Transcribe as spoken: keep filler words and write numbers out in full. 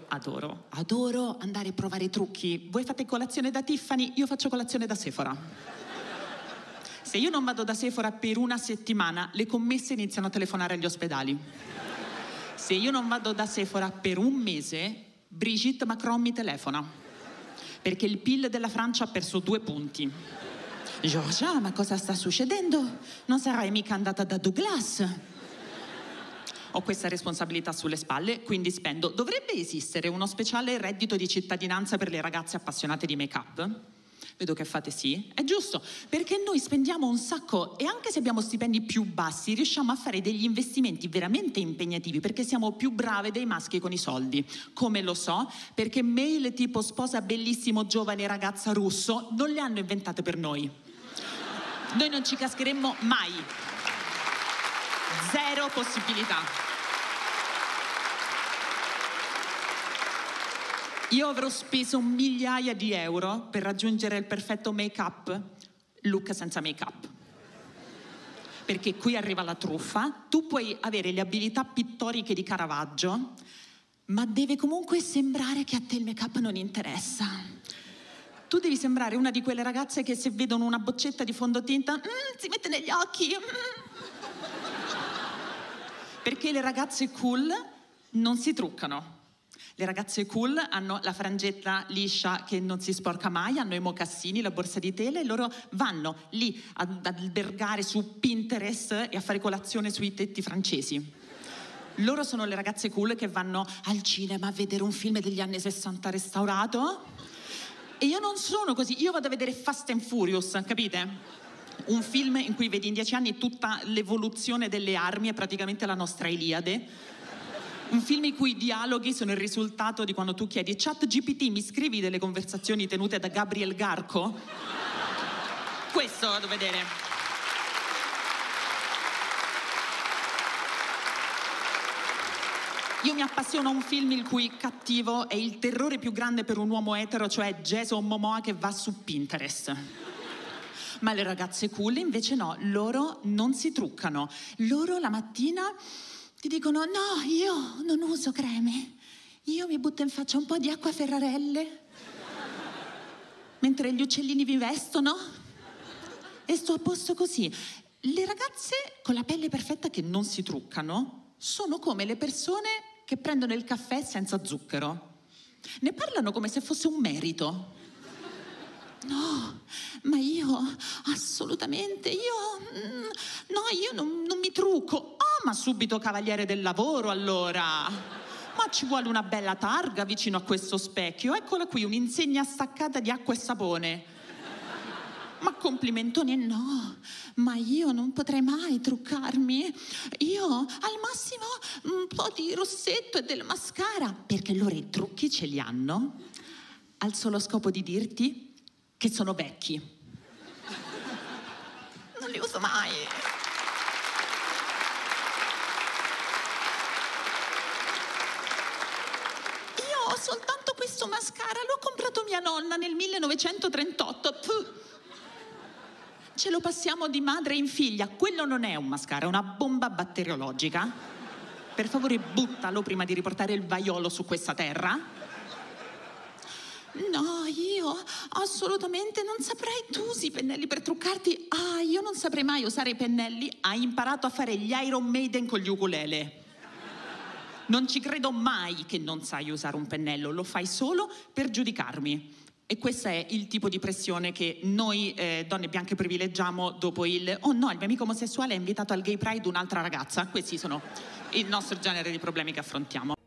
adoro, adoro andare a provare i trucchi. Voi fate colazione da Tiffany, io faccio colazione da Sephora. Se io non vado da Sephora per una settimana, le commesse iniziano a telefonare agli ospedali. Se io non vado da Sephora per un mese, Brigitte Macron mi telefona. Perché il P I L della Francia ha perso due punti. Giorgia, ma cosa sta succedendo? Non sarai mica andata da Douglas? Ho questa responsabilità sulle spalle, quindi spendo. Dovrebbe esistere uno speciale reddito di cittadinanza per le ragazze appassionate di make-up? Vedo che fate sì. È giusto, perché noi spendiamo un sacco e anche se abbiamo stipendi più bassi riusciamo a fare degli investimenti veramente impegnativi perché siamo più brave dei maschi con i soldi. Come lo so? Perché mail tipo sposa bellissimo giovane ragazza russo non le hanno inventate per noi. Noi non ci cascheremmo mai. Zero possibilità. Io avrò speso migliaia di euro per raggiungere il perfetto make-up, look senza make-up. Perché qui arriva la truffa, tu puoi avere le abilità pittoriche di Caravaggio, ma deve comunque sembrare che a te il make-up non interessa. Tu devi sembrare una di quelle ragazze che se vedono una boccetta di fondotinta mm, si mette negli occhi. Mm. Perché le ragazze cool non si truccano. Le ragazze cool hanno la frangetta liscia che non si sporca mai, hanno i mocassini, la borsa di tela e loro vanno lì ad albergare su Pinterest e a fare colazione sui tetti francesi. Loro sono le ragazze cool che vanno al cinema a vedere un film degli anni sessanta restaurato. E io non sono così, io vado a vedere Fast and Furious, capite? Un film in cui vedi in dieci anni tutta l'evoluzione delle armi, è praticamente la nostra Iliade. Un film in cui i dialoghi sono il risultato di quando tu chiedi Chat G P T, mi scrivi delle conversazioni tenute da Gabriel Garco? Questo vado a vedere. Io mi appassiono a un film il cui cattivo è il terrore più grande per un uomo etero, cioè Jason Momoa che va su Pinterest. Ma le ragazze cool invece no, loro non si truccano. Loro la mattina ti dicono no, io non uso creme, io mi butto in faccia un po' di acqua Ferrarelle, mentre gli uccellini vi vestono e sto a posto così. Le ragazze con la pelle perfetta che non si truccano sono come le persone che prendono il caffè senza zucchero. Ne parlano come se fosse un merito. No, ma io assolutamente, io no, io non, non mi trucco. Ah, ma subito cavaliere del lavoro allora. Ma ci vuole una bella targa vicino a questo specchio. Eccola qui, un'insegna staccata di acqua e sapone. Ma complimentoni no, ma io non potrei mai truccarmi. Io al massimo un po' di rossetto e del mascara, perché loro i trucchi ce li hanno al solo scopo di dirti che sono vecchi. Non li uso mai. Io ho soltanto questo mascara, l'ho comprato mia nonna nel millenovecentotrentotto. Puh. Ce lo passiamo di madre in figlia. Quello non è un mascara, è una bomba batteriologica. Per favore buttalo prima di riportare il vaiolo su questa terra. No, io assolutamente non saprei. Tu usi i pennelli per truccarti? Ah, io non saprei mai usare i pennelli. Hai imparato a fare gli Iron Maiden con gli ukulele. Non ci credo mai che non sai usare un pennello. Lo fai solo per giudicarmi. E questo è il tipo di pressione che noi eh, donne bianche privilegiamo dopo il oh no, il mio amico omosessuale ha invitato al gay pride un'altra ragazza. Questi sono il nostro genere di problemi che affrontiamo.